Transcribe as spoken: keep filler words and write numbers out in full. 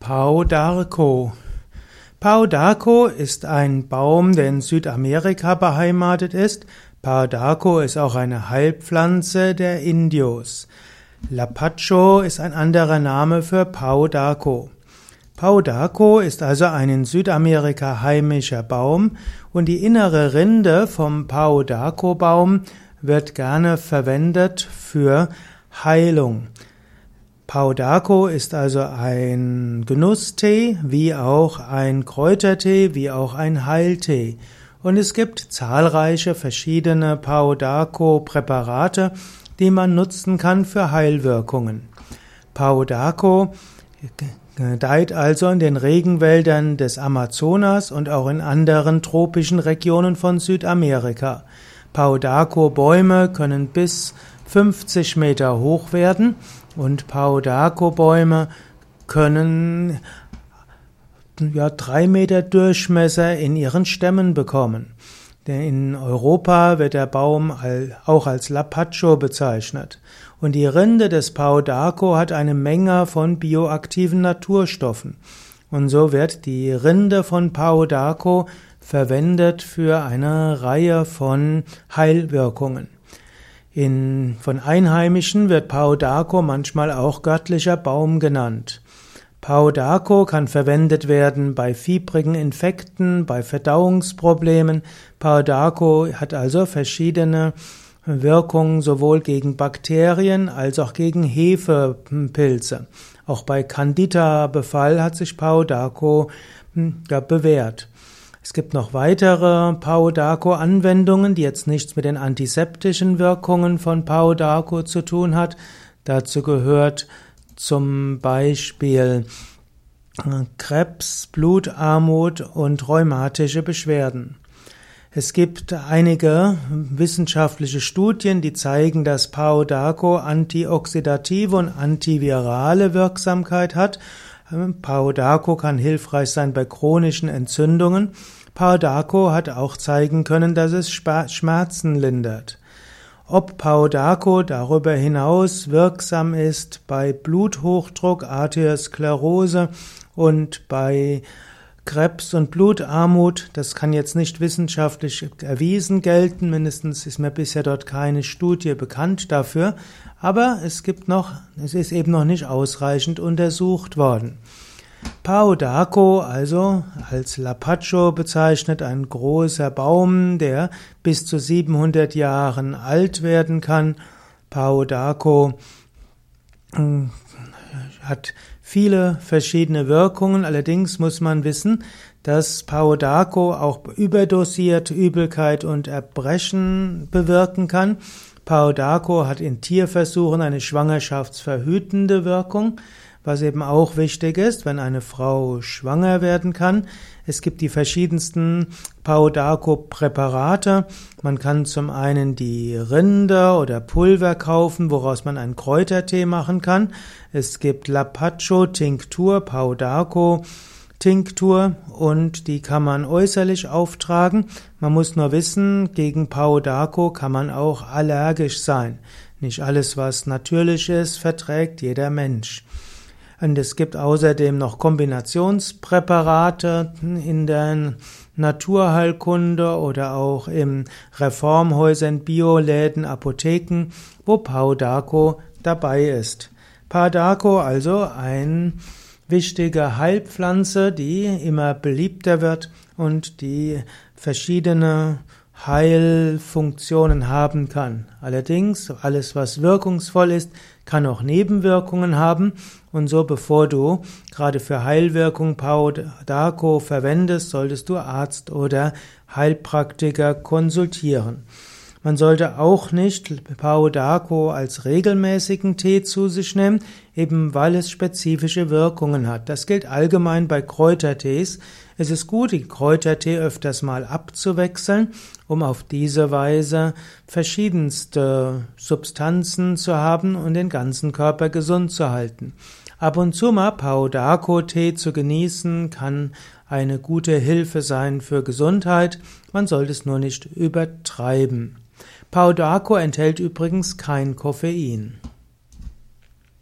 Pao d'Arco. Pao d'Arco ist ein Baum, der in Südamerika beheimatet ist. Pao d'Arco ist auch eine Heilpflanze der Indios. Lapacho ist ein anderer Name für Pao d'Arco. Pao d'Arco ist also ein in Südamerika heimischer Baum und die innere Rinde vom Pao d'Arco Baum wird gerne verwendet für Heilung. Pao d'Arco ist also ein Genusstee, wie auch ein Kräutertee, wie auch ein Heiltee. Und es gibt zahlreiche verschiedene Pao d'Arco Präparate, die man nutzen kann für Heilwirkungen. Pao d'Arco gedeiht also in den Regenwäldern des Amazonas und auch in anderen tropischen Regionen von Südamerika. Pao d'Arco Bäume können bis fünfzig Meter hoch werden und Pao d'Arco Bäume können ja drei Meter Durchmesser in ihren Stämmen bekommen. Denn in Europa wird der Baum auch als Lapacho bezeichnet. Und die Rinde des Pao d'Arco hat eine Menge von bioaktiven Naturstoffen. Und so wird die Rinde von Pao d'Arco verwendet für eine Reihe von Heilwirkungen. In, von Einheimischen wird Pao d'Arco manchmal auch göttlicher Baum genannt. Pao d'Arco kann verwendet werden bei fiebrigen Infekten, bei Verdauungsproblemen. Pao d'Arco hat also verschiedene Wirkungen sowohl gegen Bakterien als auch gegen Hefepilze. Auch bei Candida-Befall hat sich Pao d'Arco ja, bewährt. Es gibt noch weitere Pao d'Arco Anwendungen, die jetzt nichts mit den antiseptischen Wirkungen von Pao d'Arco zu tun hat. Dazu gehört zum Beispiel Krebs, Blutarmut und rheumatische Beschwerden. Es gibt einige wissenschaftliche Studien, die zeigen, dass Pao d'Arco antioxidative und antivirale Wirksamkeit hat. Pao d'Arco kann hilfreich sein bei chronischen Entzündungen. Pao d'Arco hat auch zeigen können, dass es Schmerzen lindert. Ob Pao d'Arco darüber hinaus wirksam ist bei Bluthochdruck, Arteriosklerose und bei Krebs und Blutarmut, das kann jetzt nicht wissenschaftlich erwiesen gelten, mindestens ist mir bisher dort keine Studie bekannt dafür, aber es gibt noch, es ist eben noch nicht ausreichend untersucht worden. Pao d'Arco, also als Lapacho bezeichnet, ein großer Baum, der bis zu siebenhundert Jahren alt werden kann. Pao d'Arco hat viele verschiedene Wirkungen, allerdings muss man wissen, dass Pao d'Arco auch überdosiert Übelkeit und Erbrechen bewirken kann. Pao d'Arco hat in Tierversuchen eine schwangerschaftsverhütende Wirkung, was eben auch wichtig ist, wenn eine Frau schwanger werden kann. Es gibt die verschiedensten Pao d'Arco Präparate. Man kann zum einen die Rinde oder Pulver kaufen, woraus man einen Kräutertee machen kann. Es gibt Lapacho Tinktur, Pao d'Arco Tinktur und die kann man äußerlich auftragen. Man muss nur wissen, gegen Pao d'Arco kann man auch allergisch sein. Nicht alles, was natürlich ist, verträgt jeder Mensch. Und es gibt außerdem noch Kombinationspräparate in der Naturheilkunde oder auch in Reformhäusern, Bioläden, Apotheken, wo Pao d'Arco dabei ist. Pao d'Arco also eine wichtige Heilpflanze, die immer beliebter wird und die verschiedene Heilfunktionen haben kann. Allerdings, alles was wirkungsvoll ist, kann auch Nebenwirkungen haben und so bevor du gerade für Heilwirkung Pao d'Arco verwendest, solltest du Arzt oder Heilpraktiker konsultieren. Man sollte auch nicht Pao d'Arco als regelmäßigen Tee zu sich nehmen, eben weil es spezifische Wirkungen hat. Das gilt allgemein bei Kräutertees. Es ist gut, den Kräutertee öfters mal abzuwechseln, um auf diese Weise verschiedenste Substanzen zu haben und den ganzen Körper gesund zu halten. Ab und zu mal Pao d'Arco Tee zu genießen, kann eine gute Hilfe sein für Gesundheit. Man sollte es nur nicht übertreiben. Pao d'Arco enthält übrigens kein Koffein.